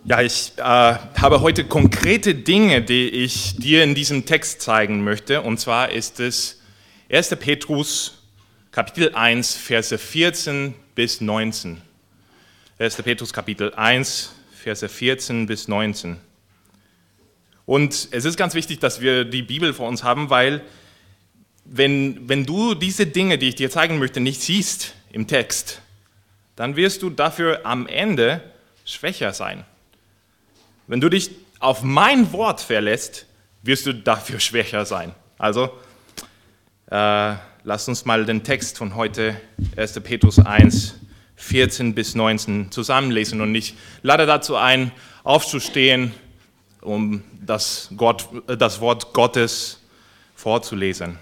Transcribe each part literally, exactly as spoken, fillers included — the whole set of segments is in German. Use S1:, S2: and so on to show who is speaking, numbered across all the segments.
S1: Ja, ich äh, habe heute konkrete Dinge, die ich dir in diesem Text zeigen möchte. Und zwar ist es erster Petrus, Kapitel eins, Verse vierzehn bis neunzehn. erster Petrus, Kapitel eins, Verse vierzehn bis neunzehn. Und es ist ganz wichtig, dass wir die Bibel vor uns haben, weil wenn, wenn du diese Dinge, die ich dir zeigen möchte, nicht siehst im Text, dann wirst du dafür am Ende schwächer sein. Wenn du dich auf mein Wort verlässt, wirst du dafür schwächer sein. Also, äh, lass uns mal den Text von heute, erster Petrus eins, vierzehn bis neunzehn, zusammenlesen. Und ich lade dazu ein, aufzustehen, um das, Gott, das Wort Gottes vorzulesen.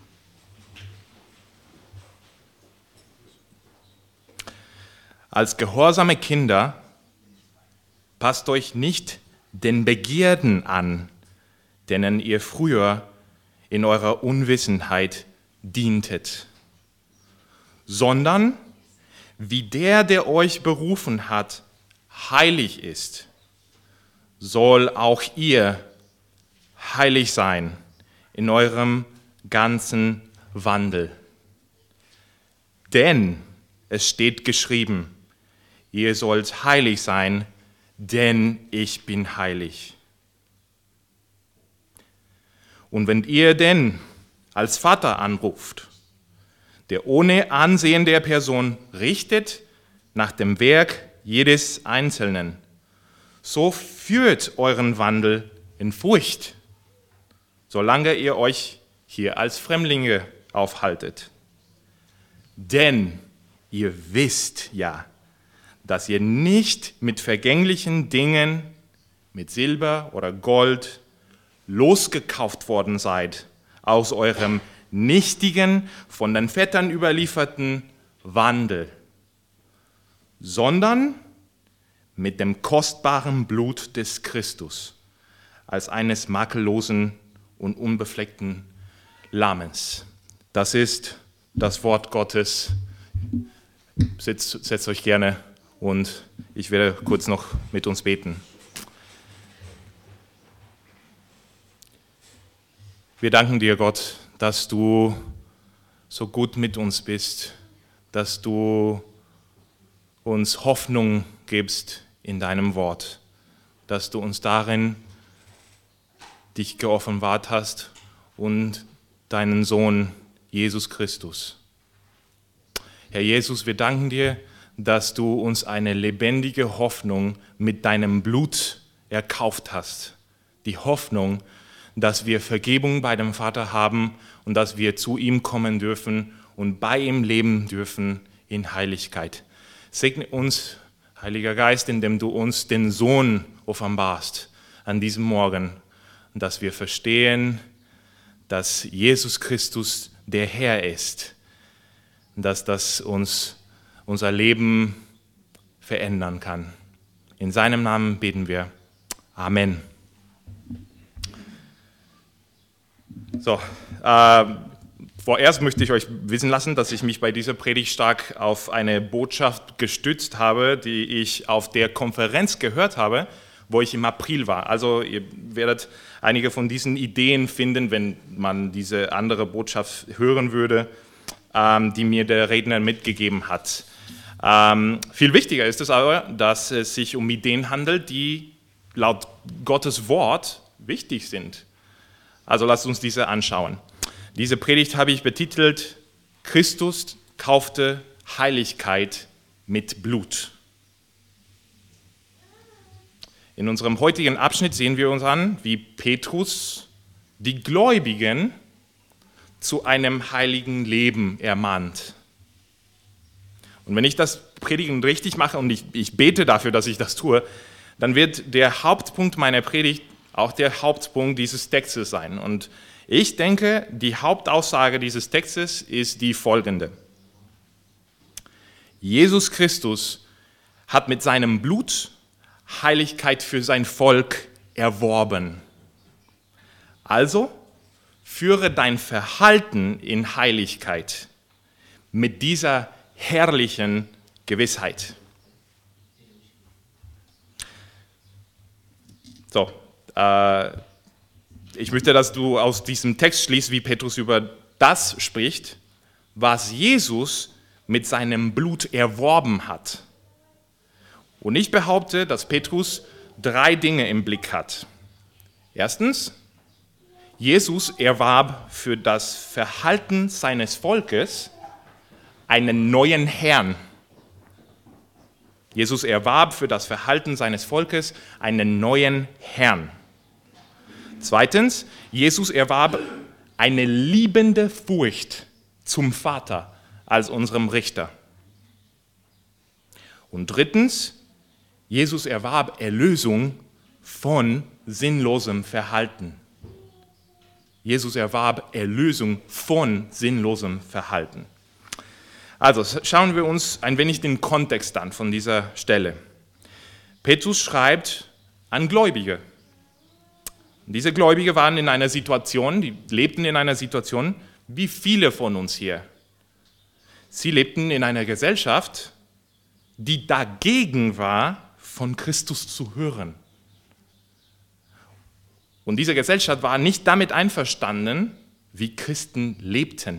S1: Als gehorsame Kinder passt euch nicht den Begierden an, denen ihr früher in eurer Unwissenheit dientet, sondern wie der, der euch berufen hat, heilig ist, soll auch ihr heilig sein in eurem ganzen Wandel. Denn es steht geschrieben, ihr sollt heilig sein, denn ich bin heilig. Und wenn ihr denn als Vater anruft, der ohne Ansehen der Person richtet nach dem Werk jedes Einzelnen, so führt euren Wandel in Furcht, solange ihr euch hier als Fremdlinge aufhaltet. Denn ihr wisst ja, dass ihr nicht mit vergänglichen Dingen, mit Silber oder Gold, losgekauft worden seid aus eurem nichtigen, von den Vätern überlieferten Wandel, sondern mit dem kostbaren Blut des Christus, als eines makellosen und unbefleckten Lammes. Das ist das Wort Gottes. Setzt, setzt euch gerne. Und ich werde kurz noch mit uns beten. Wir danken dir, Gott, dass du so gut mit uns bist, dass du uns Hoffnung gibst in deinem Wort, dass du uns darin dich geoffenbart hast und deinen Sohn Jesus Christus. Herr Jesus, wir danken dir, dass du uns eine lebendige Hoffnung mit deinem Blut erkauft hast. Die Hoffnung, dass wir Vergebung bei dem Vater haben und dass wir zu ihm kommen dürfen und bei ihm leben dürfen in Heiligkeit. Segne uns, Heiliger Geist, indem du uns den Sohn offenbarst an diesem Morgen, dass wir verstehen, dass Jesus Christus der Herr ist, dass das uns unser Leben verändern kann. In seinem Namen beten wir. Amen. So, äh, vorerst möchte ich euch wissen lassen, dass ich mich bei dieser Predigt stark auf eine Botschaft gestützt habe, die ich auf der Konferenz gehört habe, wo ich im April war. Also ihr werdet einige von diesen Ideen finden, wenn man diese andere Botschaft hören würde, ähm, die mir der Redner mitgegeben hat. Ähm, viel wichtiger ist es aber, dass es sich um Ideen handelt, die laut Gottes Wort wichtig sind. Also lasst uns diese anschauen. Diese Predigt habe ich betitelt, Christus kaufte Heiligkeit mit Blut. In unserem heutigen Abschnitt sehen wir uns an, wie Petrus die Gläubigen zu einem heiligen Leben ermahnt. Und wenn ich das Predigen richtig mache und ich, ich bete dafür, dass ich das tue, dann wird der Hauptpunkt meiner Predigt auch der Hauptpunkt dieses Textes sein. Und ich denke, die Hauptaussage dieses Textes ist die folgende. Jesus Christus hat mit seinem Blut Heiligkeit für sein Volk erworben. Also führe dein Verhalten in Heiligkeit mit dieser herrlichen Gewissheit. So, äh, ich möchte, dass du aus diesem Text schließt, wie Petrus über das spricht, was Jesus mit seinem Blut erworben hat. Und ich behaupte, dass Petrus drei Dinge im Blick hat. Erstens, Jesus erwarb für das Verhalten seines Volkes einen neuen Herrn. Jesus erwarb für das Verhalten seines Volkes einen neuen Herrn. Zweitens, Jesus erwarb eine liebende Furcht zum Vater als unserem Richter. Und drittens, Jesus erwarb Erlösung von sinnlosem Verhalten. Jesus erwarb Erlösung von sinnlosem Verhalten. Also schauen wir uns ein wenig den Kontext an von dieser Stelle. Petrus schreibt an Gläubige. Diese Gläubige waren in einer Situation, die lebten in einer Situation, wie viele von uns hier. Sie lebten in einer Gesellschaft, die dagegen war, von Christus zu hören. Und diese Gesellschaft war nicht damit einverstanden, wie Christen lebten.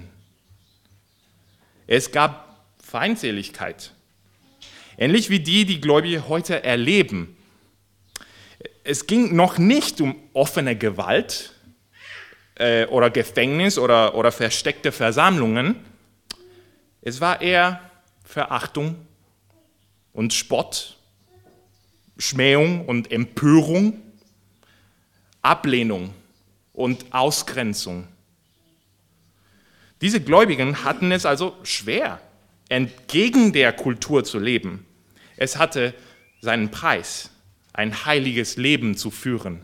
S1: Es gab Feindseligkeit, ähnlich wie die, die Gläubige heute erleben. Es ging noch nicht um offene Gewalt äh, oder Gefängnis oder, oder versteckte Versammlungen. Es war eher Verachtung und Spott, Schmähung und Empörung, Ablehnung und Ausgrenzung. Diese Gläubigen hatten es also schwer, entgegen der Kultur zu leben. Es hatte seinen Preis, ein heiliges Leben zu führen.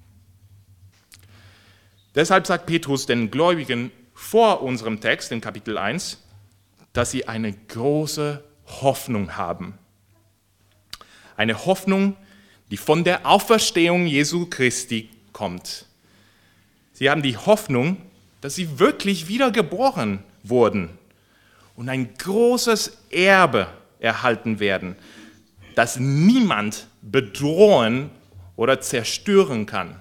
S1: Deshalb sagt Petrus den Gläubigen vor unserem Text in Kapitel eins, dass sie eine große Hoffnung haben. Eine Hoffnung, die von der Auferstehung Jesu Christi kommt. Sie haben die Hoffnung, dass sie wirklich wiedergeboren wurden und ein großes Erbe erhalten werden, das niemand bedrohen oder zerstören kann.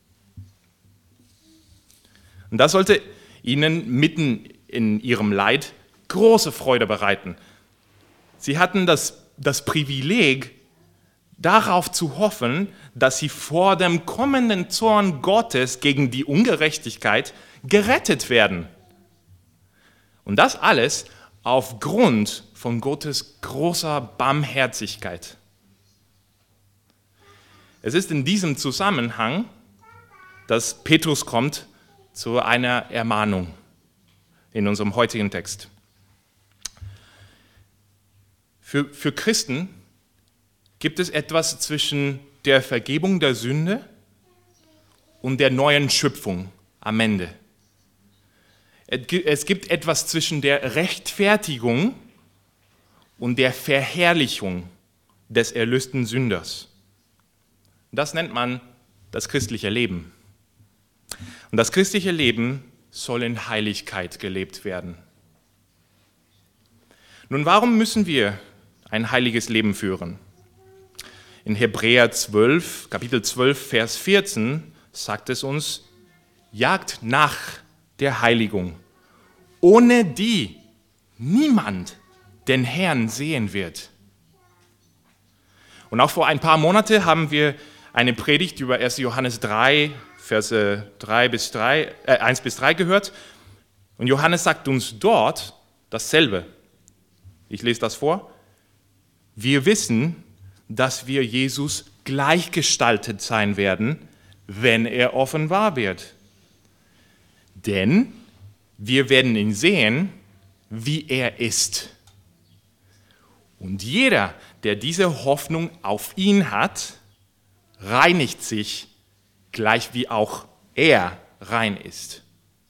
S1: Und das sollte ihnen mitten in ihrem Leid große Freude bereiten. Sie hatten das, das Privileg, darauf zu hoffen, dass sie vor dem kommenden Zorn Gottes gegen die Ungerechtigkeit gerettet werden. Und das alles aufgrund von Gottes großer Barmherzigkeit. Es ist in diesem Zusammenhang, dass Petrus kommt zu einer Ermahnung in unserem heutigen Text. Für, für Christen gibt es etwas zwischen der Vergebung der Sünde und der neuen Schöpfung am Ende. Es gibt etwas zwischen der Rechtfertigung und der Verherrlichung des erlösten Sünders. Das nennt man das christliche Leben. Und das christliche Leben soll in Heiligkeit gelebt werden. Nun, warum müssen wir ein heiliges Leben führen? In Hebräer zwölf, Kapitel zwölf, Vers vierzehn sagt es uns, jagt nach der Heiligung, ohne die niemand den Herrn sehen wird. Und auch vor ein paar Monaten haben wir eine Predigt über erster Johannes drei, Verse drei bis drei, äh, eins bis drei gehört. Und Johannes sagt uns dort dasselbe. Ich lese das vor. Wir wissen, dass wir Jesus gleichgestaltet sein werden, wenn er offenbar wird. Denn wir werden ihn sehen, wie er ist. Und jeder, der diese Hoffnung auf ihn hat, reinigt sich, gleich wie auch er rein ist.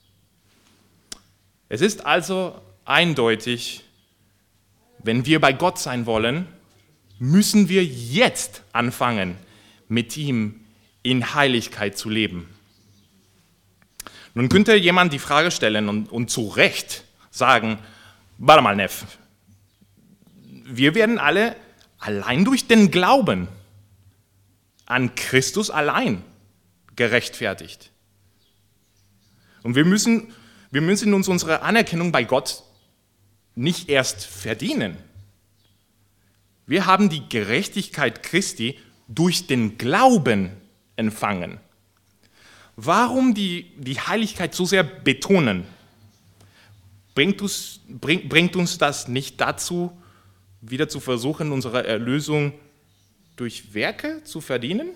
S1: Es ist also eindeutig, wenn wir bei Gott sein wollen, müssen wir jetzt anfangen, mit ihm in Heiligkeit zu leben. Nun könnte jemand die Frage stellen und, und zu Recht sagen, warte mal, Neff, wir werden alle allein durch den Glauben an Christus allein gerechtfertigt. Und wir müssen, wir müssen uns unsere Anerkennung bei Gott nicht erst verdienen. Wir haben die Gerechtigkeit Christi durch den Glauben empfangen. Warum die, die Heiligkeit so sehr betonen? Bringt uns, bring, bringt uns das nicht dazu, wieder zu versuchen, unsere Erlösung durch Werke zu verdienen?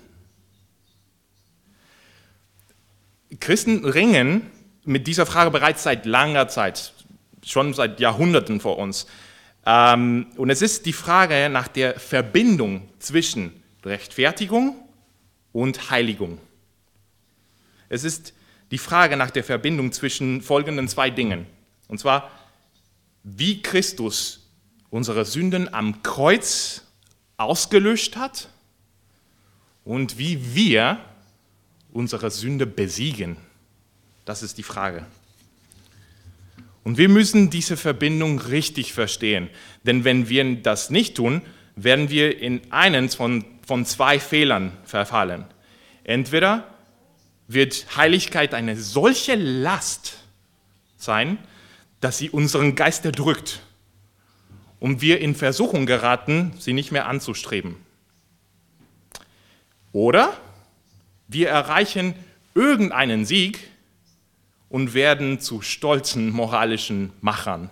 S1: Christen ringen mit dieser Frage bereits seit langer Zeit, schon seit Jahrhunderten vor uns. Und es ist die Frage nach der Verbindung zwischen Rechtfertigung und Heiligung. Es ist die Frage nach der Verbindung zwischen folgenden zwei Dingen. Und zwar, wie Christus unsere Sünden am Kreuz ausgelöscht hat und wie wir unsere Sünde besiegen. Das ist die Frage. Und wir müssen diese Verbindung richtig verstehen. Denn wenn wir das nicht tun, werden wir in einen von, von zwei Fehlern verfallen. Entweder wird Heiligkeit eine solche Last sein, dass sie unseren Geist erdrückt und wir in Versuchung geraten, sie nicht mehr anzustreben. Oder wir erreichen irgendeinen Sieg und werden zu stolzen moralischen Machern.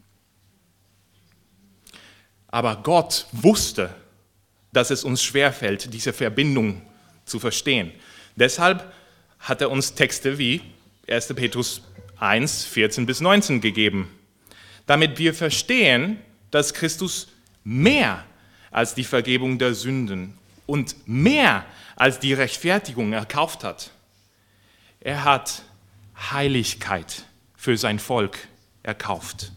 S1: Aber Gott wusste, dass es uns schwerfällt, diese Verbindung zu verstehen. Deshalb hat er uns Texte wie erster Petrus eins, vierzehn bis neunzehn gegeben, damit wir verstehen, dass Christus mehr als die Vergebung der Sünden und mehr als die Rechtfertigung erkauft hat. Er hat Heiligkeit für sein Volk erkauft.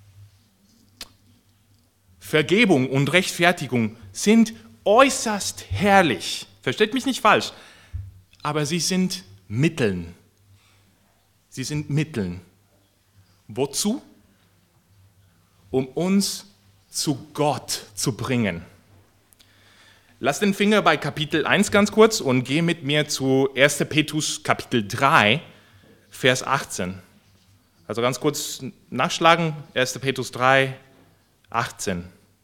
S1: Vergebung und Rechtfertigung sind äußerst herrlich. Versteht mich nicht falsch, aber sie sind Mitteln. Sie sind Mitteln. Wozu? Um uns zu Gott zu bringen. Lass den Finger bei Kapitel eins ganz kurz und geh mit mir zu erster Petrus Kapitel drei, Vers achtzehn. Also ganz kurz nachschlagen, erster Petrus drei, achtzehn.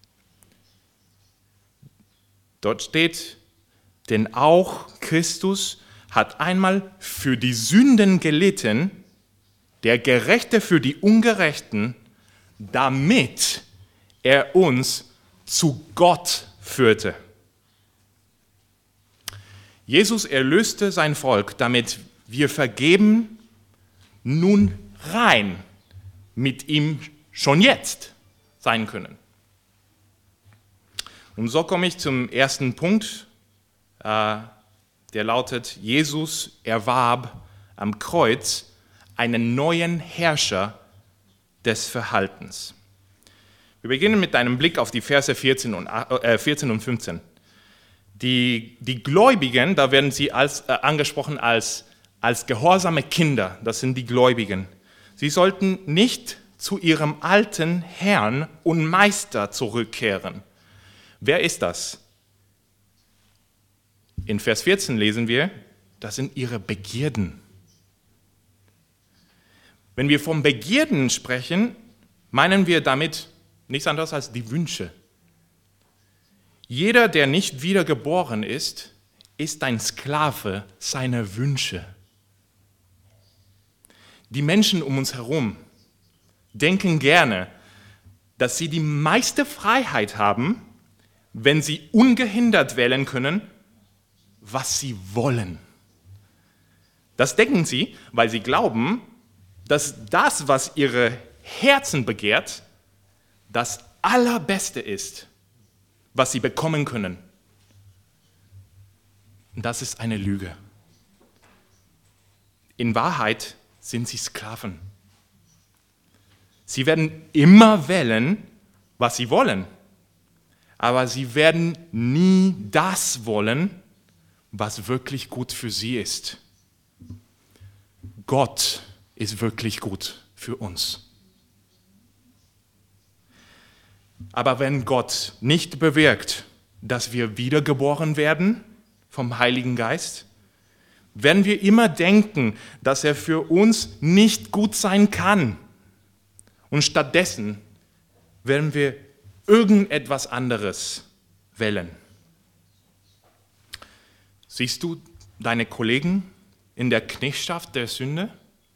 S1: Dort steht, denn auch Christus hat einmal für die Sünden gelitten, der Gerechte für die Ungerechten, damit er uns zu Gott führte. Jesus erlöste sein Volk, damit wir vergeben, nun rein mit ihm schon jetzt sein können. Und so komme ich zum ersten Punkt, äh, der lautet, Jesus erwarb am Kreuz einen neuen Herrscher des Verhaltens. Wir beginnen mit einem Blick auf die Verse vierzehn und, äh, vierzehn und fünfzehn. Die, die Gläubigen, da werden sie als, äh, angesprochen als, als gehorsame Kinder, das sind die Gläubigen. Sie sollten nicht zu ihrem alten Herrn und Meister zurückkehren. Wer ist das? In Vers vierzehn lesen wir, das sind ihre Begierden. Wenn wir von Begierden sprechen, meinen wir damit nichts anderes als die Wünsche. Jeder, der nicht wiedergeboren ist, ist ein Sklave seiner Wünsche. Die Menschen um uns herum denken gerne, dass sie die meiste Freiheit haben, wenn sie ungehindert wählen können, was sie wollen. Das denken sie, weil sie glauben, dass das, was ihre Herzen begehrt, das Allerbeste ist, was sie bekommen können. Und das ist eine Lüge. In Wahrheit sind sie Sklaven. Sie werden immer wählen, was sie wollen, aber sie werden nie das wollen, was wirklich gut für sie ist. Gott ist wirklich gut für uns. Aber wenn Gott nicht bewirkt, dass wir wiedergeboren werden vom Heiligen Geist? Werden wir immer denken, dass er für uns nicht gut sein kann? Und stattdessen werden wir irgendetwas anderes wählen. Siehst du deine Kollegen in der Knechtschaft der Sünde?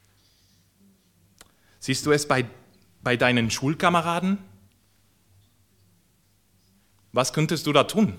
S1: Siehst du es bei, bei deinen Schulkameraden? Was könntest du da tun?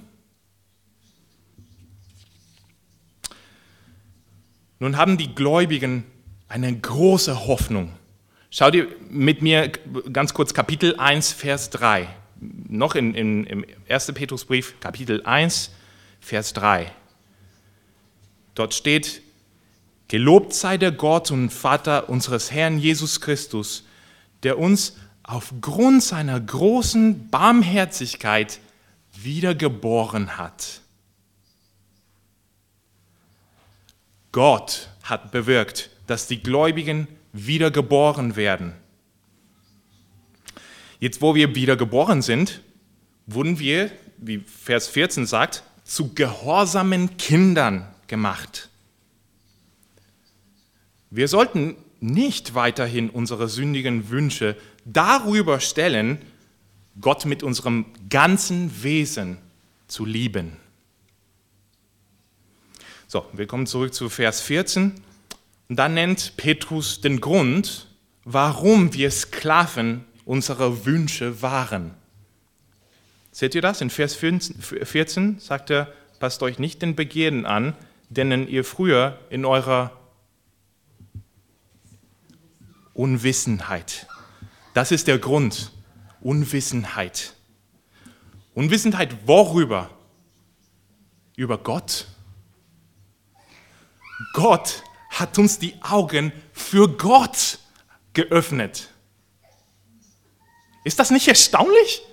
S1: Nun haben die Gläubigen eine große Hoffnung. Schau dir mit mir ganz kurz Kapitel eins, Vers drei. Noch in, in, im ersten Petrusbrief, Kapitel eins, Vers drei. Dort steht: Gelobt sei der Gott und Vater unseres Herrn Jesus Christus, der uns aufgrund seiner großen Barmherzigkeit wiedergeboren hat. Gott hat bewirkt, dass die Gläubigen wiedergeboren werden. Jetzt, wo wir wiedergeboren sind, wurden wir, wie Vers vierzehn sagt, zu gehorsamen Kindern gemacht. Wir sollten nicht weiterhin unsere sündigen Wünsche darüber stellen, Gott mit unserem ganzen Wesen zu lieben. So, wir kommen zurück zu Vers vierzehn. Und dann nennt Petrus den Grund, warum wir Sklaven unserer Wünsche waren. Seht ihr das? In Vers vierzehn sagt er: Passt euch nicht den Begierden an, denen ihr früher in eurer Unwissenheit. Das ist der Grund. Unwissenheit. Unwissenheit worüber? Über Gott. Gott hat uns die Augen für Gott geöffnet. Ist das nicht erstaunlich?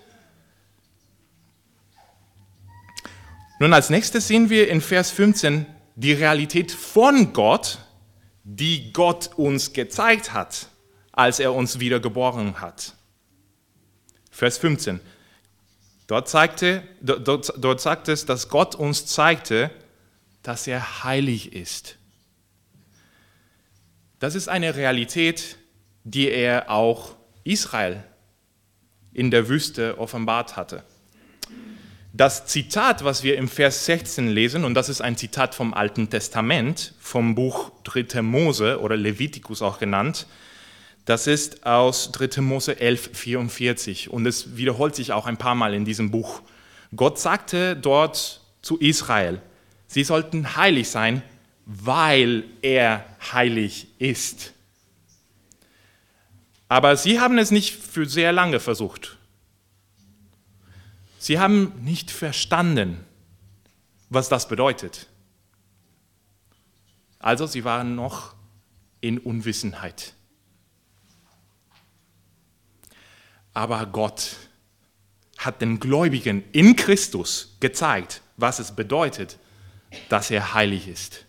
S1: Nun, als nächstes sehen wir in Vers fünfzehn die Realität von Gott, die Gott uns gezeigt hat, als er uns wiedergeboren hat. Vers fünfzehn. Dort, zeigte, dort, dort sagt es, dass Gott uns zeigte, dass er heilig ist. Das ist eine Realität, die er auch Israel in der Wüste offenbart hatte. Das Zitat, was wir im Vers sechzehn lesen, und das ist ein Zitat vom Alten Testament, vom Buch dritter Mose oder Levitikus auch genannt, das ist aus dritter Mose elf, vierundvierzig und es wiederholt sich auch ein paar Mal in diesem Buch. Gott sagte dort zu Israel, sie sollten heilig sein, weil er heilig ist. Aber sie haben es nicht für sehr lange versucht. Sie haben nicht verstanden, was das bedeutet. Also sie waren noch in Unwissenheit. Aber Gott hat den Gläubigen in Christus gezeigt, was es bedeutet, dass er heilig ist.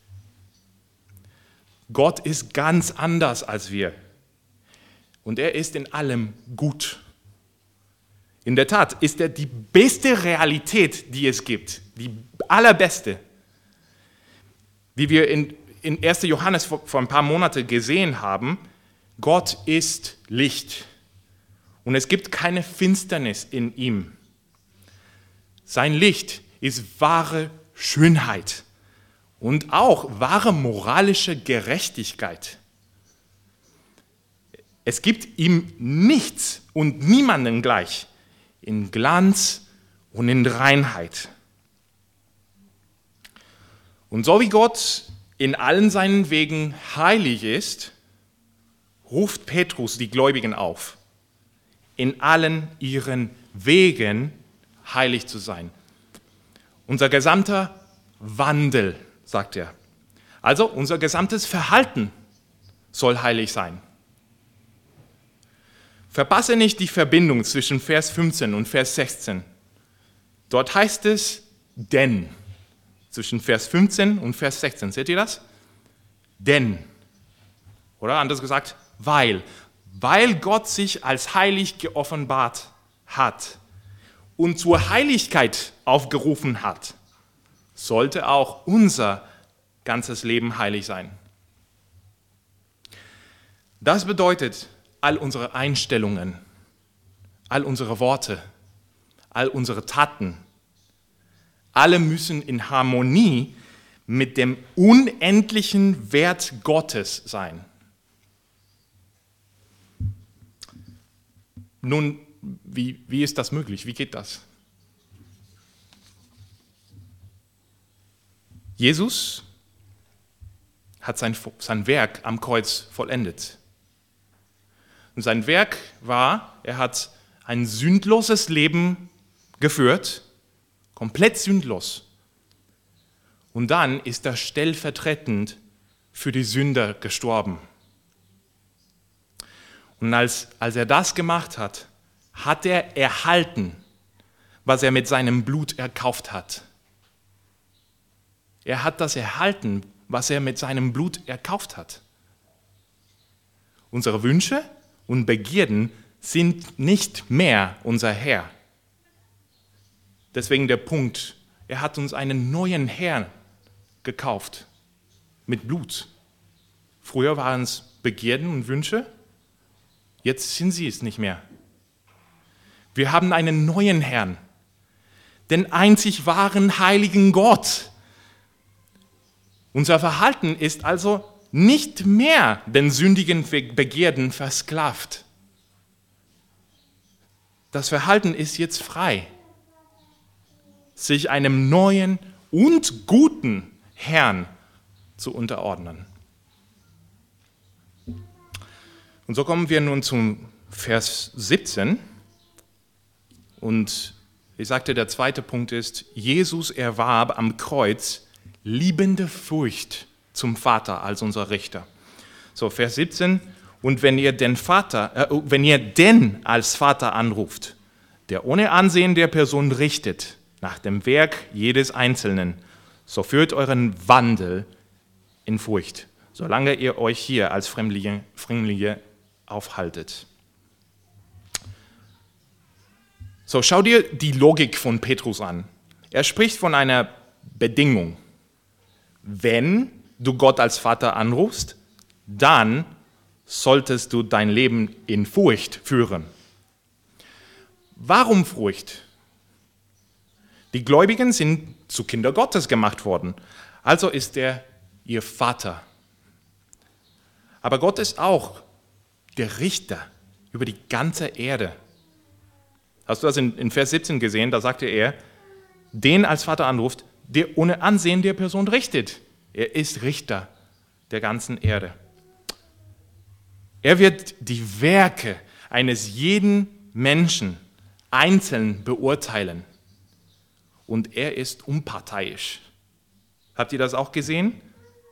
S1: Gott ist ganz anders als wir. Und er ist in allem gut. In der Tat ist er die beste Realität, die es gibt. Die allerbeste. Wie wir in, in erster Johannes vor, vor ein paar Monaten gesehen haben, Gott ist Licht. Und es gibt keine Finsternis in ihm. Sein Licht ist wahre Schönheit. Und auch wahre moralische Gerechtigkeit. Es gibt ihm nichts und niemanden gleich in Glanz und in Reinheit. Und so wie Gott in allen seinen Wegen heilig ist, ruft Petrus die Gläubigen auf, in allen ihren Wegen heilig zu sein. Unser gesamter Wandel, sagt er. Also unser gesamtes Verhalten soll heilig sein. Verpasse nicht die Verbindung zwischen Vers fünfzehn und Vers sechzehn. Dort heißt es denn. Zwischen Vers fünfzehn und Vers sechzehn. Seht ihr das? Denn. Oder anders gesagt, weil. Weil Gott sich als heilig geoffenbart hat und zur Heiligkeit aufgerufen hat, sollte auch unser ganzes Leben heilig sein. Das bedeutet, all unsere Einstellungen, all unsere Worte, all unsere Taten, alle müssen in Harmonie mit dem unendlichen Wert Gottes sein. Nun, wie, wie ist das möglich? Wie geht das? Jesus hat sein, sein Werk am Kreuz vollendet. Und sein Werk war, er hat ein sündloses Leben geführt, komplett sündlos. Und dann ist er stellvertretend für die Sünder gestorben. Und als, als er das gemacht hat, hat er erhalten, was er mit seinem Blut erkauft hat. Er hat das erhalten, was er mit seinem Blut erkauft hat. Unsere Wünsche und Begierden sind nicht mehr unser Herr. Deswegen der Punkt, er hat uns einen neuen Herrn gekauft, mit Blut. Früher waren es Begierden und Wünsche, jetzt sind sie es nicht mehr. Wir haben einen neuen Herrn, den einzig wahren heiligen Gott. Unser Verhalten ist also nicht mehr den sündigen Begierden versklavt. Das Verhalten ist jetzt frei, sich einem neuen und guten Herrn zu unterordnen. Und so kommen wir nun zum Vers siebzehn. Und ich sagte, der zweite Punkt ist, Jesus erwarb am Kreuz liebende Furcht zum Vater als unser Richter. So, Vers siebzehn. Und wenn ihr den Vater, äh, wenn ihr den als Vater anruft, der ohne Ansehen der Person richtet, nach dem Werk jedes Einzelnen, so führt euren Wandel in Furcht, solange ihr euch hier als Fremdlinge, Fremdlinge aufhaltet. So, schau dir die Logik von Petrus an. Er spricht von einer Bedingung. Wenn du Gott als Vater anrufst, dann solltest du dein Leben in Furcht führen. Warum Furcht? Die Gläubigen sind zu Kinder Gottes gemacht worden, also ist er ihr Vater. Aber Gott ist auch der Richter über die ganze Erde. Hast du das in, in Vers siebzehn gesehen? Da sagte er, den als Vater anruft, der ohne Ansehen der Person richtet. Er ist Richter der ganzen Erde. Er wird die Werke eines jeden Menschen einzeln beurteilen. Und er ist unparteiisch. Habt ihr das auch gesehen?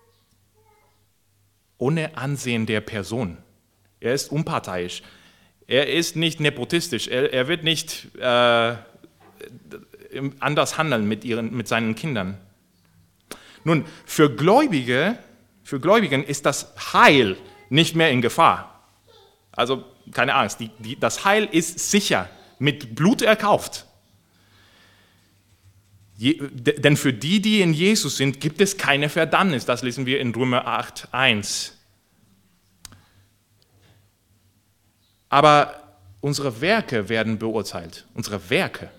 S1: Ohne Ansehen der Person. Er ist unparteiisch. Er ist nicht nepotistisch. Er, er wird nicht äh, anders handeln mit, ihren, mit seinen Kindern. Nun, für Gläubige, für Gläubigen ist das Heil nicht mehr in Gefahr. Also keine Angst, die, die, das Heil ist sicher, mit Blut erkauft. Je, denn für die, die in Jesus sind, gibt es keine Verdammnis. Das lesen wir in Römer acht, eins. Aber unsere Werke werden beurteilt. Unsere Werke.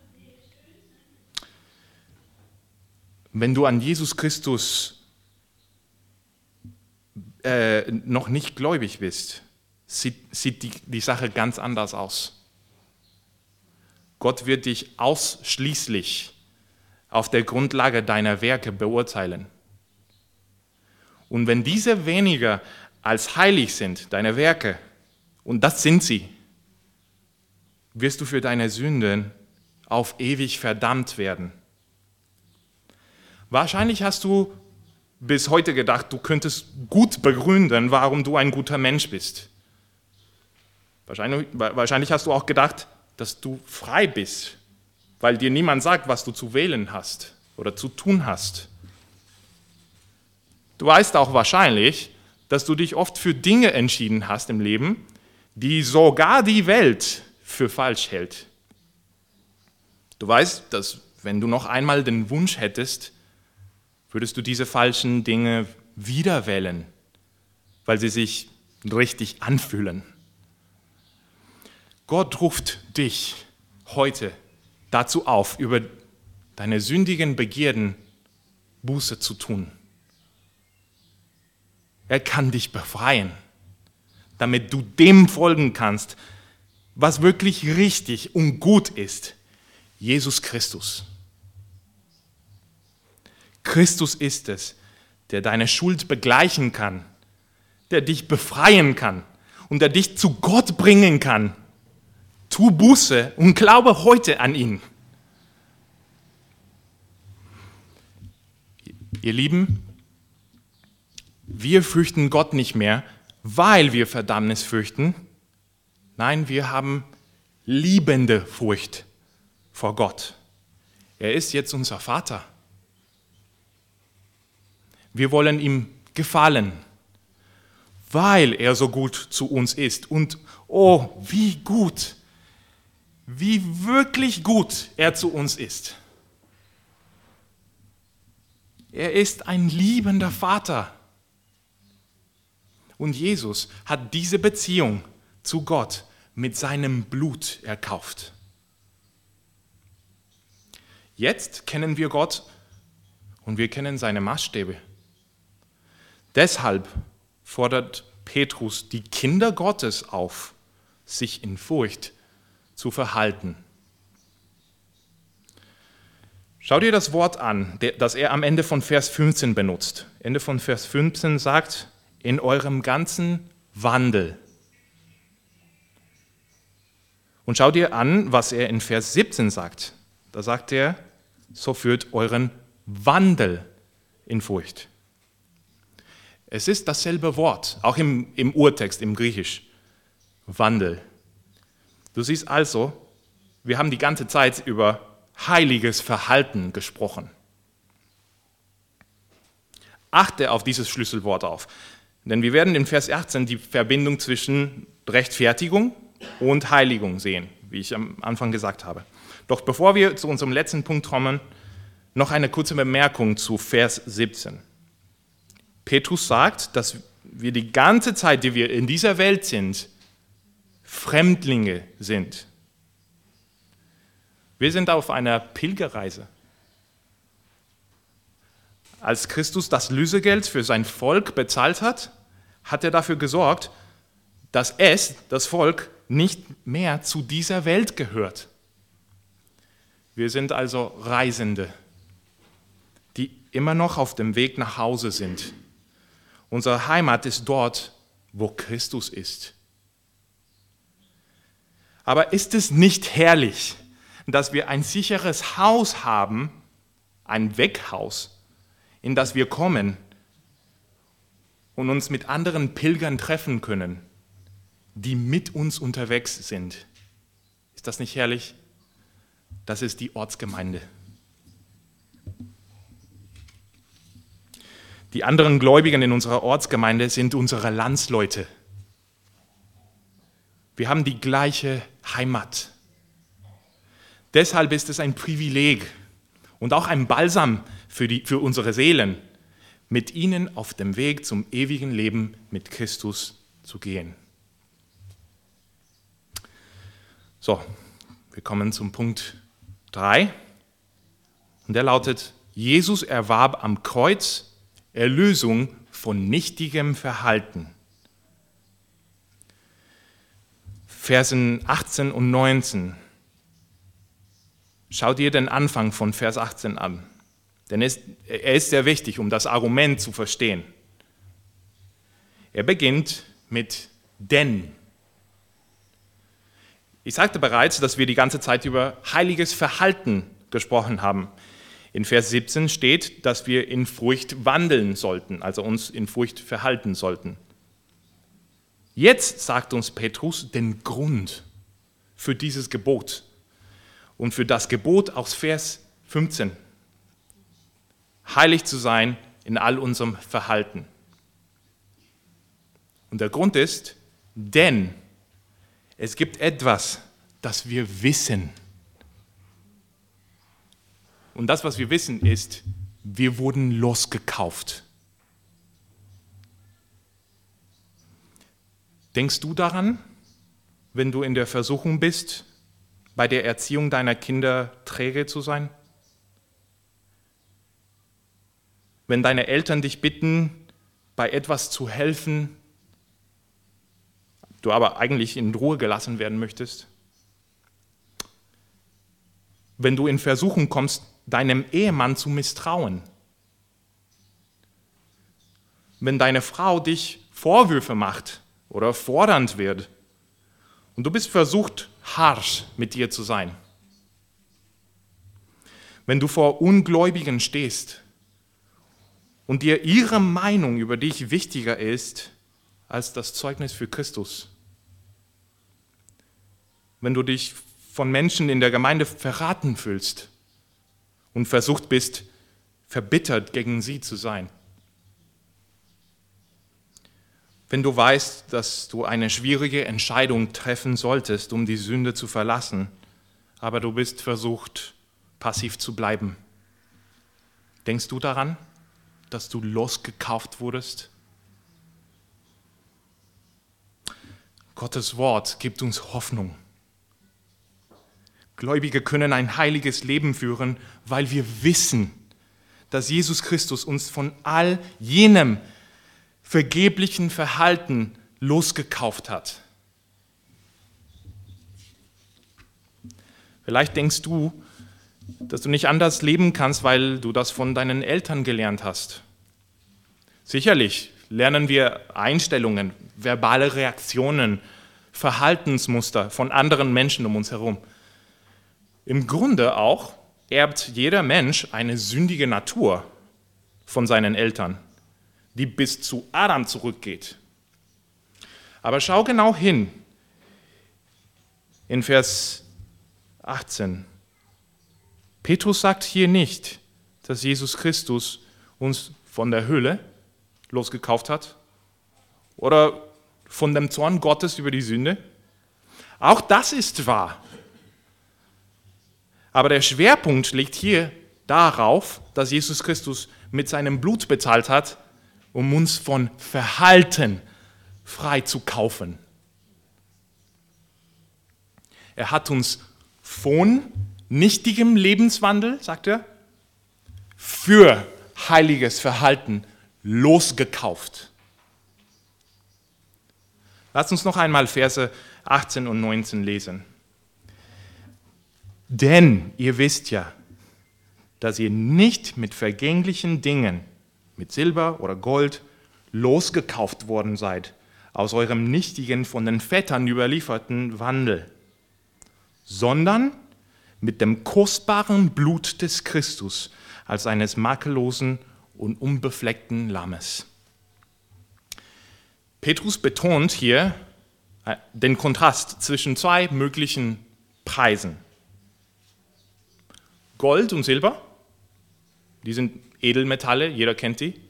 S1: Wenn du an Jesus Christus äh, noch nicht gläubig bist, sieht, sieht die, die Sache ganz anders aus. Gott wird dich ausschließlich auf der Grundlage deiner Werke beurteilen. Und wenn diese weniger als heilig sind, deine Werke, und das sind sie, wirst du für deine Sünden auf ewig verdammt werden. Wahrscheinlich hast du bis heute gedacht, du könntest gut begründen, warum du ein guter Mensch bist. Wahrscheinlich, wahrscheinlich hast du auch gedacht, dass du frei bist, weil dir niemand sagt, was du zu wählen hast oder zu tun hast. Du weißt auch wahrscheinlich, dass du dich oft für Dinge entschieden hast im Leben, die sogar die Welt für falsch hält. Du weißt, dass wenn du noch einmal den Wunsch hättest, Würdest du diese falschen Dinge wieder wählen, weil sie sich richtig anfühlen? Gott ruft dich heute dazu auf, über deine sündigen Begierden Buße zu tun. Er kann dich befreien, damit du dem folgen kannst, was wirklich richtig und gut ist. Jesus Christus. Christus ist es, der deine Schuld begleichen kann, der dich befreien kann und der dich zu Gott bringen kann. Tu Buße und glaube heute an ihn. Ihr Lieben, wir fürchten Gott nicht mehr, weil wir Verdammnis fürchten. Nein, wir haben liebende Furcht vor Gott. Er ist jetzt unser Vater. Wir wollen ihm gefallen, weil er so gut zu uns ist. Und oh, wie gut, wie wirklich gut er zu uns ist. Er ist ein liebender Vater. Und Jesus hat diese Beziehung zu Gott mit seinem Blut erkauft. Jetzt kennen wir Gott und wir kennen seine Maßstäbe. Deshalb fordert Petrus die Kinder Gottes auf, sich in Furcht zu verhalten. Schau dir das Wort an, das er am Ende von Vers fünfzehn benutzt. Ende von Vers fünfzehn sagt, in eurem ganzen Wandel. Und schau dir an, was er in Vers siebzehn sagt. Da sagt er, so führt euren Wandel in Furcht. Es ist dasselbe Wort, auch im, im Urtext, im Griechisch. Wandel. Du siehst also, wir haben die ganze Zeit über heiliges Verhalten gesprochen. Achte auf dieses Schlüsselwort auf, denn wir werden in Vers achtzehn die Verbindung zwischen Rechtfertigung und Heiligung sehen, wie ich am Anfang gesagt habe. Doch bevor wir zu unserem letzten Punkt kommen, noch eine kurze Bemerkung zu Vers siebzehn. Petrus sagt, dass wir die ganze Zeit, die wir in dieser Welt sind, Fremdlinge sind. Wir sind auf einer Pilgerreise. Als Christus das Lösegeld für sein Volk bezahlt hat, hat er dafür gesorgt, dass es, das Volk, nicht mehr zu dieser Welt gehört. Wir sind also Reisende, die immer noch auf dem Weg nach Hause sind. Unsere Heimat ist dort, wo Christus ist. Aber ist es nicht herrlich, dass wir ein sicheres Haus haben, ein Weghaus, in das wir kommen und uns mit anderen Pilgern treffen können, die mit uns unterwegs sind? Ist das nicht herrlich? Das ist die Ortsgemeinde. Die anderen Gläubigen in unserer Ortsgemeinde sind unsere Landsleute. Wir haben die gleiche Heimat. Deshalb ist es ein Privileg und auch ein Balsam für, die, für unsere Seelen, mit ihnen auf dem Weg zum ewigen Leben mit Christus zu gehen. So, wir kommen zum Punkt drei. Und der lautet, Jesus erwarb am Kreuz Erlösung von nichtigem Verhalten. Versen achtzehn und neunzehn. Schau dir den Anfang von Vers achtzehn an, denn er ist sehr wichtig, um das Argument zu verstehen. Er beginnt mit denn. Ich sagte bereits, dass wir die ganze Zeit über heiliges Verhalten gesprochen haben. In Vers siebzehn steht, dass wir in Furcht wandeln sollten, also uns in Furcht verhalten sollten. Jetzt sagt uns Petrus den Grund für dieses Gebot und für das Gebot aus Vers fünfzehn. Heilig zu sein in all unserem Verhalten. Und der Grund ist, denn es gibt etwas, das wir wissen. Und das, was wir wissen, ist, Wir wurden losgekauft. Denkst du daran, wenn du in der Versuchung bist, bei der Erziehung deiner Kinder träge zu sein? Wenn deine Eltern dich bitten, bei etwas zu helfen, du aber eigentlich in Ruhe gelassen werden möchtest? Wenn du in Versuchung kommst, deinem Ehemann zu misstrauen? Wenn deine Frau dich Vorwürfe macht oder fordernd wird und du bist versucht, harsch mit dir zu sein? Wenn du vor Ungläubigen stehst und dir ihre Meinung über dich wichtiger ist als das Zeugnis für Christus? Wenn du dich von Menschen in der Gemeinde verraten fühlst und versucht bist, verbittert gegen sie zu sein? Wenn du weißt, dass du eine schwierige Entscheidung treffen solltest, um die Sünde zu verlassen, aber du bist versucht, passiv zu bleiben? Denkst du daran, dass du losgekauft wurdest? Gottes Wort gibt uns Hoffnung. Gläubige können ein heiliges Leben führen, weil wir wissen, dass Jesus Christus uns von all jenem vergeblichen Verhalten losgekauft hat. Vielleicht denkst du, dass du nicht anders leben kannst, weil du das von deinen Eltern gelernt hast. Sicherlich lernen wir Einstellungen, verbale Reaktionen, Verhaltensmuster von anderen Menschen um uns herum. Im Grunde auch erbt jeder Mensch eine sündige Natur von seinen Eltern, die bis zu Adam zurückgeht. Aber schau genau hin in Vers achtzehn. Petrus sagt hier nicht, dass Jesus Christus uns von der Hölle losgekauft hat oder von dem Zorn Gottes über die Sünde. Auch das ist wahr. Aber der Schwerpunkt liegt hier darauf, dass Jesus Christus mit seinem Blut bezahlt hat, um uns von Verhalten frei zu kaufen. Er hat uns von nichtigem Lebenswandel, sagt er, für heiliges Verhalten losgekauft. Lasst uns noch einmal Verse achtzehn und neunzehn lesen. Denn ihr wisst ja, dass ihr nicht mit vergänglichen Dingen, mit Silber oder Gold, losgekauft worden seid, aus eurem nichtigen, von den Vätern überlieferten Wandel, sondern mit dem kostbaren Blut des Christus, als eines makellosen und unbefleckten Lammes. Petrus betont hier den Kontrast zwischen zwei möglichen Preisen. Gold und Silber, die sind Edelmetalle, jeder kennt die.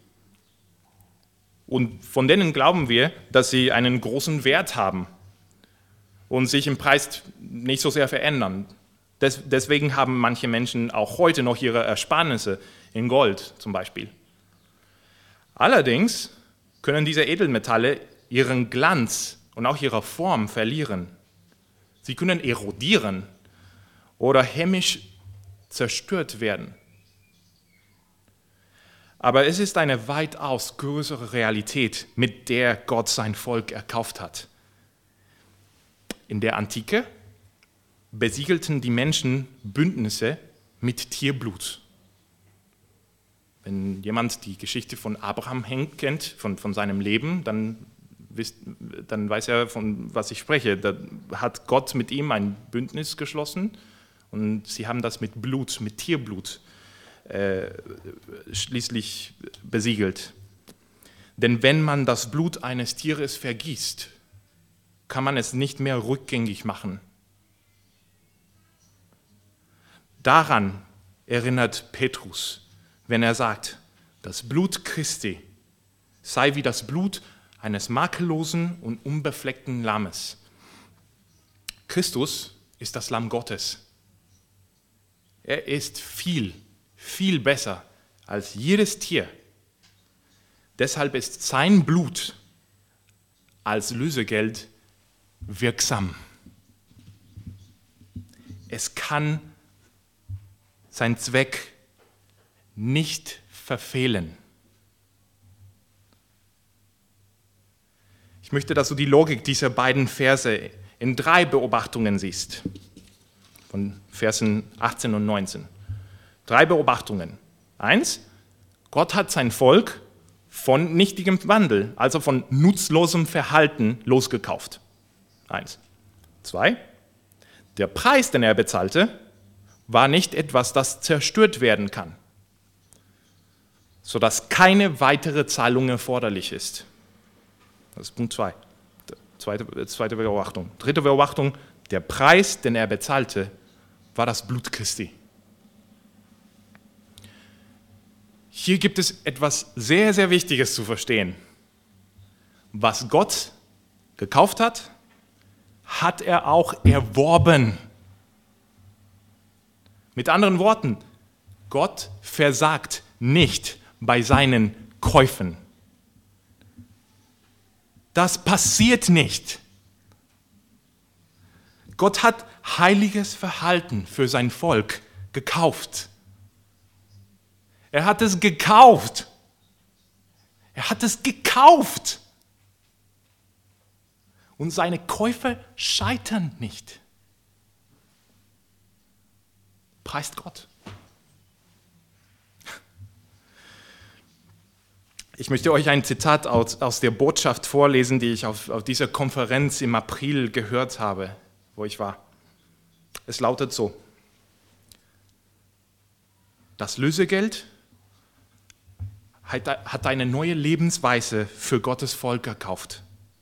S1: Und von denen glauben wir, dass sie einen großen Wert haben und sich im Preis nicht so sehr verändern. Des, deswegen haben manche Menschen auch heute noch ihre Ersparnisse in Gold zum Beispiel. Allerdings können diese Edelmetalle ihren Glanz und auch ihre Form verlieren. Sie können erodieren oder chemisch zerstört werden. Aber es ist eine weitaus größere Realität, mit der Gott sein Volk erkauft hat. In der Antike besiegelten die Menschen Bündnisse mit Tierblut. Wenn jemand die Geschichte von Abraham kennt, von, von seinem Leben, dann, wisst, dann weiß er, von was ich spreche. Da hat Gott mit ihm ein Bündnis geschlossen und sie haben das mit Blut, mit Tierblut äh, schließlich besiegelt. Denn wenn man das Blut eines Tieres vergießt, kann man es nicht mehr rückgängig machen. Daran erinnert Petrus, wenn er sagt, das Blut Christi sei wie das Blut eines makellosen und unbefleckten Lammes. Christus ist das Lamm Gottes. Er ist viel, viel besser als jedes Tier. Deshalb ist sein Blut als Lösegeld wirksam. Es kann seinen Zweck nicht verfehlen. Ich möchte, dass du die Logik dieser beiden Verse in drei Beobachtungen siehst, von Versen achtzehn und neunzehn. Drei Beobachtungen. Eins, Gott hat sein Volk von nichtigem Wandel, also von nutzlosem Verhalten losgekauft. Eins. Zwei, der Preis, den er bezahlte, war nicht etwas, das zerstört werden kann, sodass keine weitere Zahlung erforderlich ist. Das ist Punkt zwei. Zweite, zweite Beobachtung. Dritte Beobachtung, der Preis, den er bezahlte, war das Blut Christi. Hier gibt es etwas sehr, sehr Wichtiges zu verstehen. Was Gott gekauft hat, hat er auch erworben. Mit anderen Worten, Gott versagt nicht bei seinen Käufen. Das passiert nicht. Gott hat heiliges Verhalten für sein Volk gekauft. Er hat es gekauft. Er hat es gekauft. Und seine Käufe scheitern nicht. Preist Gott. Ich möchte euch ein Zitat aus, aus der Botschaft vorlesen, die ich auf, auf dieser Konferenz im April gehört habe, wo ich war. Es lautet so: Das Lösegeld hat eine neue Lebensweise für Gottes Volk gekauft.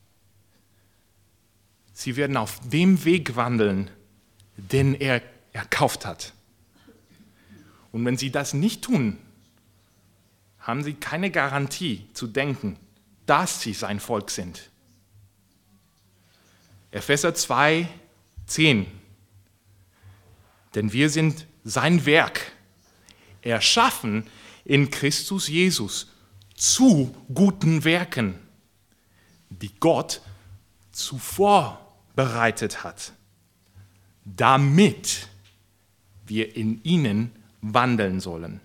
S1: Sie werden auf dem Weg wandeln, den er erkauft hat. Und wenn sie das nicht tun, haben sie keine Garantie zu denken, dass sie sein Volk sind. Epheser zwei, zehn. Denn wir sind sein Werk, erschaffen in Christus Jesus zu guten Werken, die Gott zuvor bereitet hat, damit wir in ihnen wandeln sollen.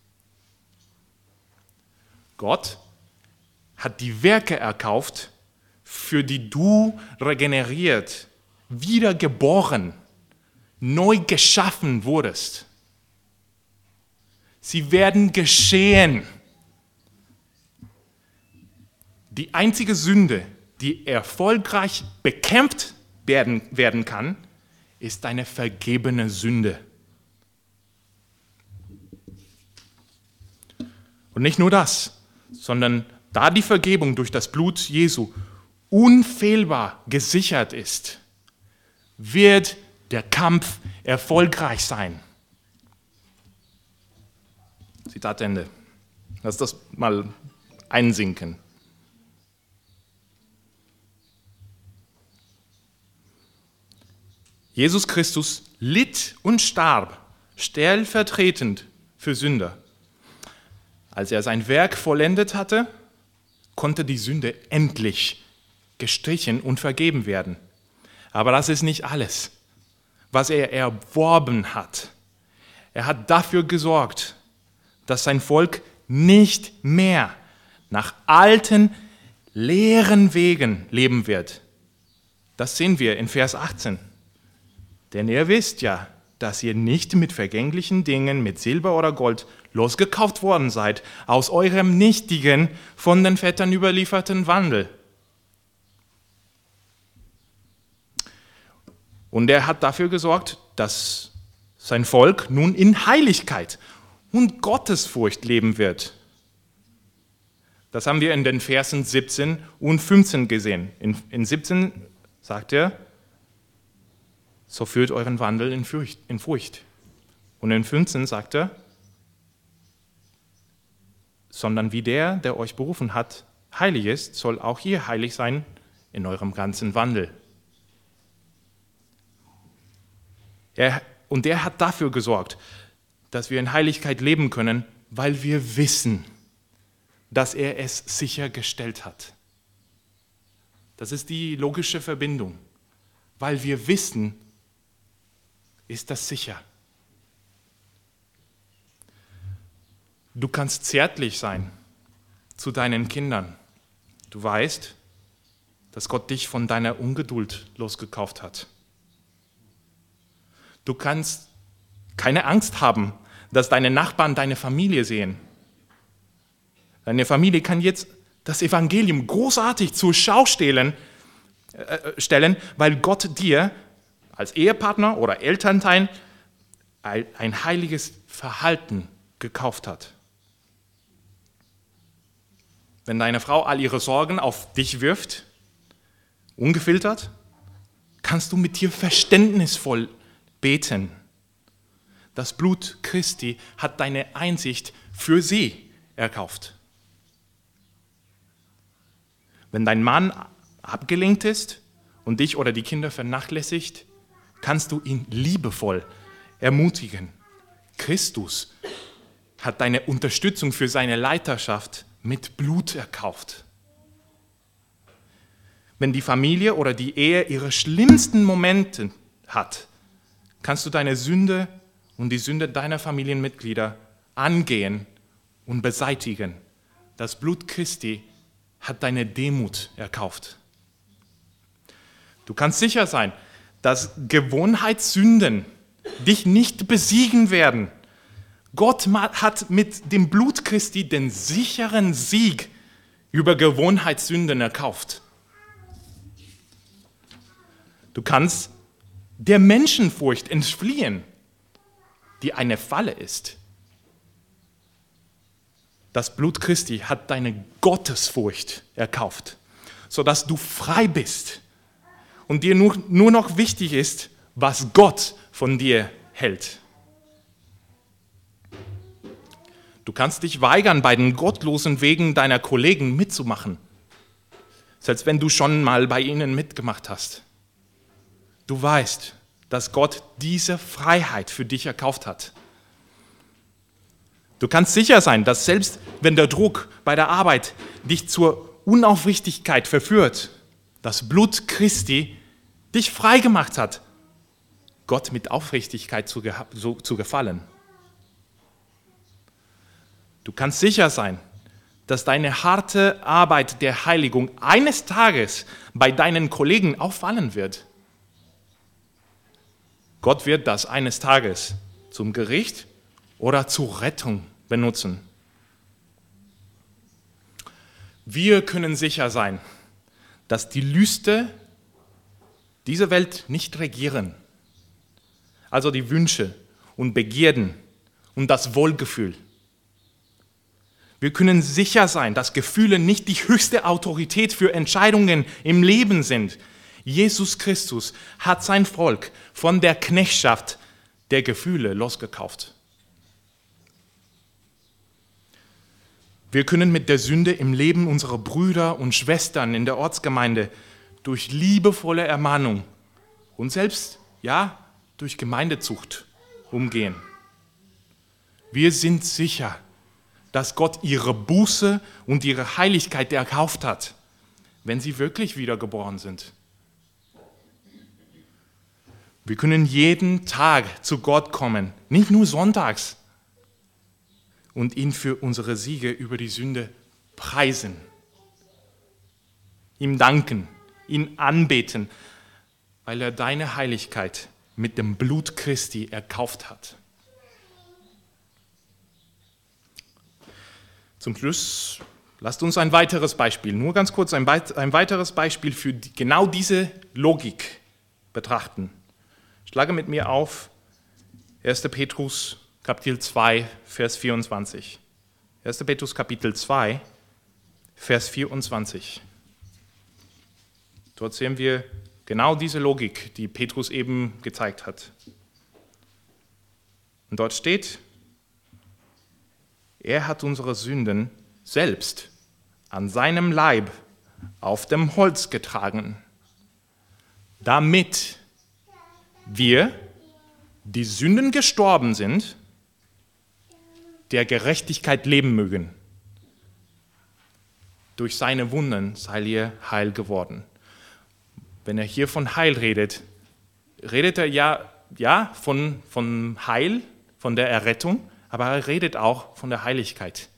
S1: Gott hat die Werke erkauft, für die du regeneriert, wiedergeboren, neu geschaffen wurdest. Sie werden geschehen. Die einzige Sünde, die erfolgreich bekämpft werden, werden kann, ist eine vergebene Sünde. Und nicht nur das, sondern da die Vergebung durch das Blut Jesu unfehlbar gesichert ist, wird der Kampf erfolgreich sein. Zitat Ende. Lass das mal einsinken. Jesus Christus litt und starb stellvertretend für Sünder. Als er sein Werk vollendet hatte, konnte die Sünde endlich gestrichen und vergeben werden. Aber das ist nicht alles, was er erworben hat. Er hat dafür gesorgt, dass sein Volk nicht mehr nach alten, leeren Wegen leben wird. Das sehen wir in Vers achtzehn. Denn ihr wisst ja, dass ihr nicht mit vergänglichen Dingen, mit Silber oder Gold, losgekauft worden seid, aus eurem nichtigen, von den Vätern überlieferten Wandel. Und er hat dafür gesorgt, dass sein Volk nun in Heiligkeit und Gottesfurcht leben wird. Das haben wir in den Versen siebzehn und fünfzehn gesehen. In, in siebzehn sagt er, so führt euren Wandel in Furcht, in Furcht. Und in fünfzehn sagt er, sondern wie der, der euch berufen hat, heilig ist, soll auch ihr heilig sein in eurem ganzen Wandel. Er, und er hat dafür gesorgt, dass wir in Heiligkeit leben können weil wir wissen, dass er es sichergestellt hat. Das ist die logische Verbindung. Weil wir wissen, ist das sicher. Du kannst zärtlich sein zu deinen Kindern. Du weißt, dass Gott dich von deiner Ungeduld losgekauft hat. Du kannst keine Angst haben, dass deine Nachbarn deine Familie sehen. Deine Familie kann jetzt das Evangelium großartig zur Schau stellen, äh, stellen, weil Gott dir als Ehepartner oder Elternteil ein, ein heiliges Verhalten gekauft hat. Wenn deine Frau all ihre Sorgen auf dich wirft, ungefiltert, kannst du mit dir verständnisvoll beten. Das Blut Christi hat deine Einsicht für sie erkauft. Wenn dein Mann abgelenkt ist und dich oder die Kinder vernachlässigt, kannst du ihn liebevoll ermutigen. Christus hat deine Unterstützung für seine Leiterschaft mit Blut erkauft. Wenn die Familie oder die Ehe ihre schlimmsten Momente hat, kannst du deine Sünde und die Sünde deiner Familienmitglieder angehen und beseitigen. Das Blut Christi hat deine Demut erkauft. Du kannst sicher sein, dass Gewohnheitssünden dich nicht besiegen werden. Gott hat mit dem Blut Christi den sicheren Sieg über Gewohnheitssünden erkauft. Du kannst der Menschenfurcht entfliehen, die eine Falle ist. Das Blut Christi hat deine Gottesfurcht erkauft, sodass du frei bist und dir nur, nur noch wichtig ist, was Gott von dir hält. Du kannst dich weigern, bei den gottlosen Wegen deiner Kollegen mitzumachen, selbst wenn du schon mal bei ihnen mitgemacht hast. Du weißt, dass Gott diese Freiheit für dich erkauft hat. Du kannst sicher sein, dass selbst wenn der Druck bei der Arbeit dich zur Unaufrichtigkeit verführt, das Blut Christi dich frei gemacht hat, Gott mit Aufrichtigkeit zu, zu, zu gefallen. Du kannst sicher sein, dass deine harte Arbeit der Heiligung eines Tages bei deinen Kollegen auffallen wird. Gott wird das eines Tages zum Gericht oder zur Rettung benutzen. Wir können sicher sein, dass die Lüste diese Welt nicht regieren. Also die Wünsche und Begierden und das Wohlgefühl. Wir können sicher sein, dass Gefühle nicht die höchste Autorität für Entscheidungen im Leben sind. Jesus Christus hat sein Volk von der Knechtschaft der Gefühle losgekauft. Wir können mit der Sünde im Leben unserer Brüder und Schwestern in der Ortsgemeinde durch liebevolle Ermahnung und selbst, ja, durch Gemeindezucht umgehen. Wir sind sicher, dass Gott ihre Buße und ihre Heiligkeit erkauft hat, wenn sie wirklich wiedergeboren sind. Wir können jeden Tag zu Gott kommen, nicht nur sonntags, und ihn für unsere Siege über die Sünde preisen, ihm danken, ihn anbeten, weil er deine Heiligkeit mit dem Blut Christi erkauft hat. Zum Schluss lasst uns ein weiteres Beispiel, nur ganz kurz ein, ein weiteres Beispiel für die, genau diese Logik betrachten. Schlage mit mir auf erster Petrus Kapitel zwei, Vers vierundzwanzig. erster Petrus Kapitel zwei, Vers vierundzwanzig. Dort sehen wir genau diese Logik, die Petrus eben gezeigt hat. Und dort steht: Er hat unsere Sünden selbst an seinem Leib auf dem Holz getragen, damit wir, die Sünden gestorben sind, der Gerechtigkeit leben mögen. Durch seine Wunden seid ihr heil geworden. Wenn er hier von Heil redet, redet er ja, ja von, von Heil, von der Errettung, aber er redet auch von der Heiligkeit.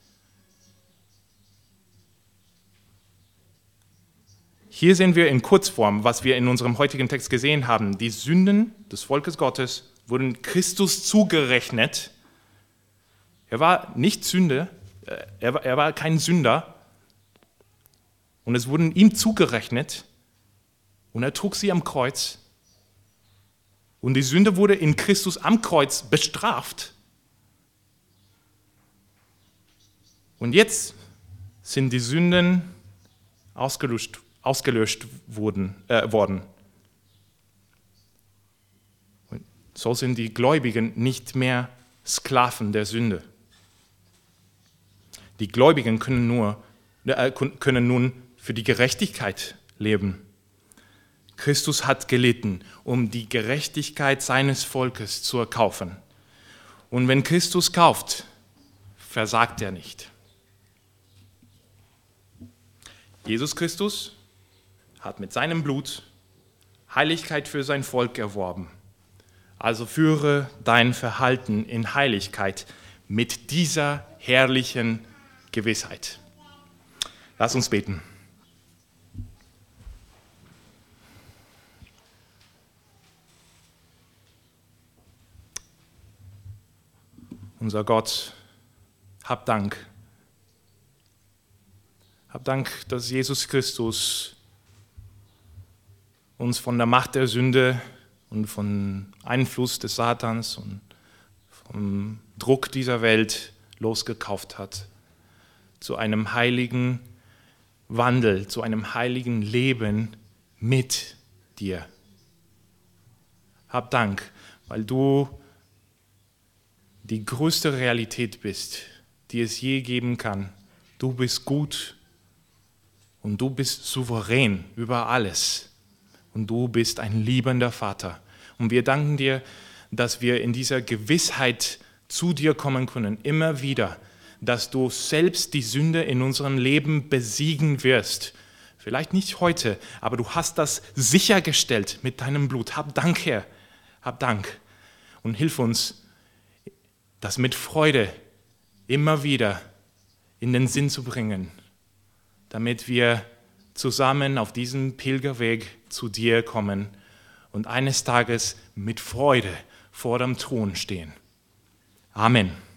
S1: Hier sehen wir in Kurzform, was wir in unserem heutigen Text gesehen haben. Die Sünden des Volkes Gottes wurden Christus zugerechnet. Er war nicht Sünde, er war, er war kein Sünder. Und es wurden ihm zugerechnet und er trug sie am Kreuz. Und die Sünde wurde in Christus am Kreuz bestraft. Und jetzt sind die Sünden ausgelöscht, ausgelöscht wurden, äh, worden. Und so sind die Gläubigen nicht mehr Sklaven der Sünde. Die Gläubigen können, nur, äh, können nun für die Gerechtigkeit leben. Christus hat gelitten, um die Gerechtigkeit seines Volkes zu erkaufen. Und wenn Christus kauft, versagt er nicht. Jesus Christus hat mit seinem Blut Heiligkeit für sein Volk erworben. Also führe dein Verhalten in Heiligkeit mit dieser herrlichen Gewissheit. Lass uns beten. Unser Gott, hab Dank. Hab Dank, dass Jesus Christus uns von der Macht der Sünde und vom Einfluss des Satans und vom Druck dieser Welt losgekauft hat. Zu einem heiligen Wandel, zu einem heiligen Leben mit dir. Hab Dank, weil du die größte Realität bist, die es je geben kann. Du bist gut und du bist souverän über alles. Und du bist ein liebender Vater. Und wir danken dir, dass wir in dieser Gewissheit zu dir kommen können, immer wieder, dass du selbst die Sünde in unserem Leben besiegen wirst. Vielleicht nicht heute, aber du hast das sichergestellt mit deinem Blut. Hab Dank, Herr. Hab Dank. Und hilf uns, das mit Freude immer wieder in den Sinn zu bringen, damit wir zusammen auf diesem Pilgerweg zu dir kommen und eines Tages mit Freude vor dem Thron stehen. Amen.